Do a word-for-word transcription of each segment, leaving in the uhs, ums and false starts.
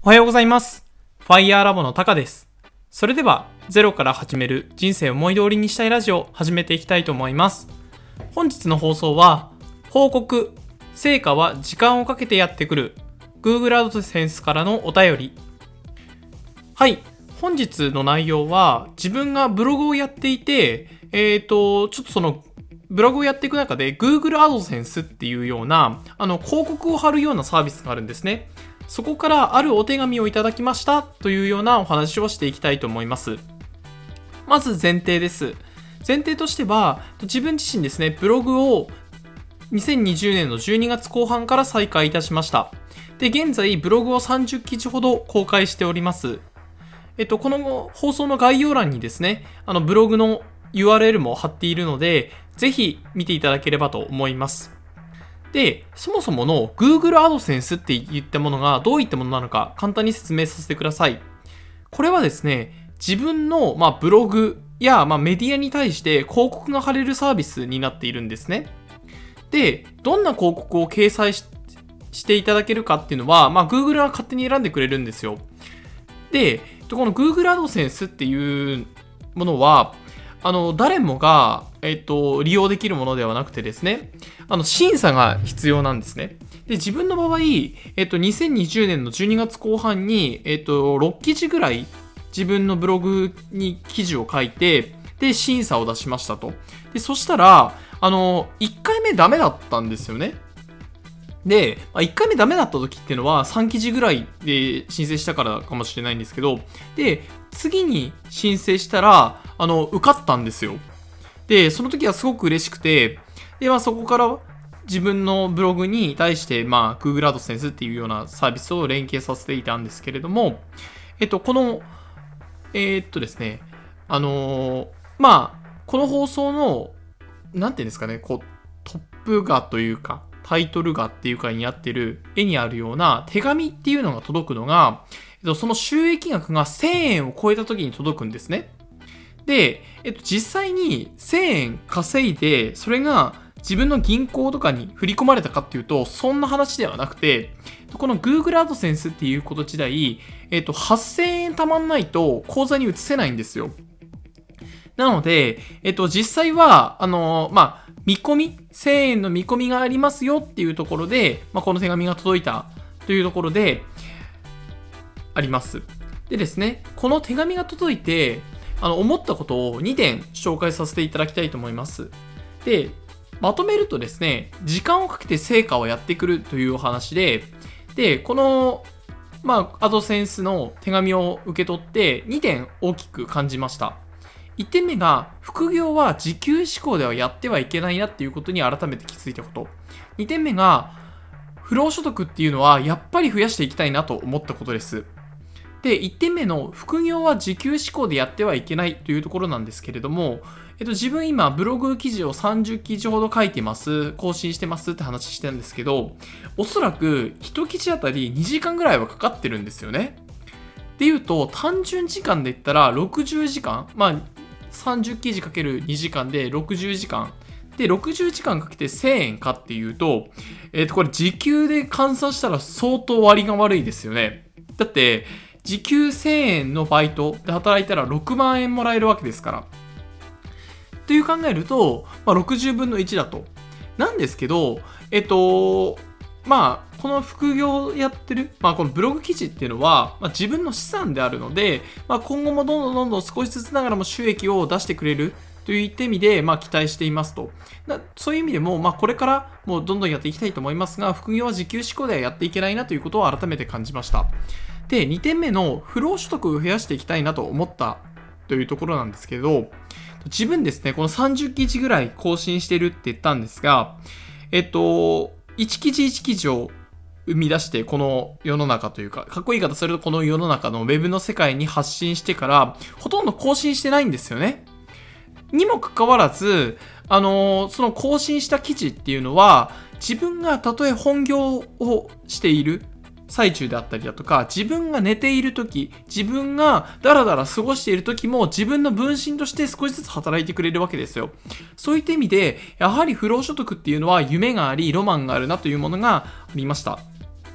おはようございます。ファイヤーラボのタカです。それでは、ゼロから始める人生を思い通りにしたいラジオを始めていきたいと思います。本日の放送は、報告、成果は時間をかけてやってくる、Google AdSense からのお便り。はい、本日の内容は、自分がブログをやっていて、えっと、ちょっとその、ブログをやっていく中で Google AdSense っていうようなあの広告を貼るようなサービスがあるんですね。そこからあるお手紙をいただきましたというようなお話をしていきたいと思います。まず前提です。前提としては自分自身ですね、ブログをにせんにじゅうねんのじゅうにがつこう半から再開いたしました。で、現在ブログをさんじゅっきじほど公開しております。えっと、この放送の概要欄にですね、あのブログの ユーアールエル も貼っているので、ぜひ見ていただければと思います。で、そもそもの Google AdSense って言ったものがどういったものなのか簡単に説明させてください。これはですね、自分の、まあ、ブログや、まあ、メディアに対して広告が貼れるサービスになっているんですね。で、どんな広告を掲載 し, していただけるかっていうのは、まあ、Google が勝手に選んでくれるんですよ。で、この Google AdSense っていうものは、あの誰もが、えっと、利用できるものではなくてですね、あの審査が必要なんですね。で、自分の場合、えっと、にせんにじゅうねんのじゅうにがつこう半に、えっと、ろっきじぐらい自分のブログに記事を書いて、で、審査を出しましたと。で、そしたら、あの、いっかいめダメだったんですよね。で、いっかいめダメだった時っていうのはさんきじぐらいで申請したからかもしれないんですけど、で、次に申請したら、あの、受かったんですよ。で、その時はすごく嬉しくて、で、まあそこから自分のブログに対して、まあ Google AdSense っていうようなサービスを連携させていたんですけれども、えっと、この、えー、っとですね、あのー、まあ、この放送の、なんていうんですかね、こう、トップ画というか、タイトル画っていうかになってる絵にあるような手紙っていうのが届くのが、その収益額がせんえんを超えた時に届くんですね。で、えっと、実際にせんえん稼いで、それが自分の銀行とかに振り込まれたかっていうと、そんな話ではなくて、この Google AdSense っていうこと自体、えっと、はっせんえん貯まんないと口座に移せないんですよ。なので、えっと、実際は、あの、まあ、見込み、せんえんの見込みがありますよっていうところで、まあ、この手紙が届いたというところで、あります。でですね、この手紙が届いて、あの、思ったことをにてん紹介させていただきたいと思います。で、まとめるとですね、時間をかけて成果をやってくるというお話で、で、この、まあ、アドセンスの手紙を受け取ってにてん大きく感じました。いってんめが、副業は時給志向ではやってはいけないなっていうことに改めて気づいたこと。にてんめが、不労所得っていうのはやっぱり増やしていきたいなと思ったことです。で、いってんめの副業は時給志向でやってはいけないというところなんですけれども、えっと、自分今ブログ記事をさんじゅっきじほど書いてます、更新してますって話してるんですけど、おそらくいち記事あたりにじかんぐらいはかかってるんですよね。っていうと、単純時間で言ったらろくじゅうじかん、まあさんじゅっきじかけるにじかんでろくじゅうじかん。で、ろくじゅうじかんかけてせんえんかっていうと、えっと、これ時給で換算したら相当割が悪いですよね。だって、時給せんえんのバイトで働いたらろくまんえんもらえるわけですから。という考えると、まあ、ろくじゅうぶんのいちだと。なんですけど、えっと、まあ、この副業やってる、まあ、このブログ記事っていうのは、まあ、自分の資産であるので、まあ、今後もどんどんどんどん少しずつながらも収益を出してくれるといった意味で、まあ、期待していますと。そういう意味でも、まあ、これからもうどんどんやっていきたいと思いますが、副業は時給志向ではやっていけないなということを改めて感じました。で、にてんめの不労所得を増やしていきたいなと思ったというところなんですけど、自分ですね、このさんじゅっきじぐらい更新してるって言ったんですが、えっと、いち記事いち記事を生み出してこの世の中というか、かっこいい言い方するとこの世の中のウェブの世界に発信してからほとんど更新してないんですよね。にもかかわらず、あのー、その更新した記事っていうのは自分がたとえ本業をしている最中であったりだとか、自分が寝ている時、自分がダラダラ過ごしている時も自分の分身として少しずつ働いてくれるわけですよ。そういった意味で、やはり不労所得っていうのは夢があり、ロマンがあるなというものがありました。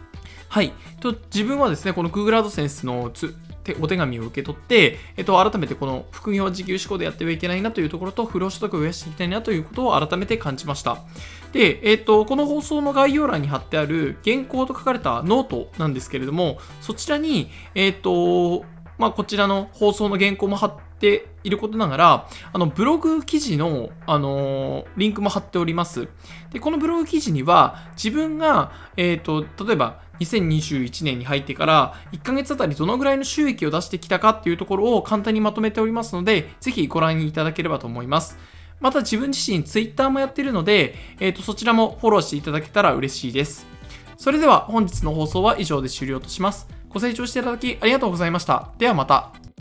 はい。と自分はですね、この Google AdSense のつお手紙を受け取って、えっと、改めてこの副業は時給志向でやってはいけないなというところと、不労所得を増やしていきたいなということを改めて感じました。で、えっと、この放送の概要欄に貼ってある原稿と書かれたノートなんですけれども、そちらに、えっと、まあ、こちらの放送の原稿も貼っていることながら、あの、ブログ記事の、あのーリンクも貼っております。で、このブログ記事には、自分が、えっと、例えば、にせんにじゅういちねんに入ってからいっかげつあたりどのぐらいの収益を出してきたかっていうところを簡単にまとめておりますので、ぜひご覧いただければと思います。また自分自身 Twitter もやっているので、えっと、そちらもフォローしていただけたら嬉しいです。それでは本日の放送は以上で終了とします。ご清聴していただきありがとうございました。ではまた。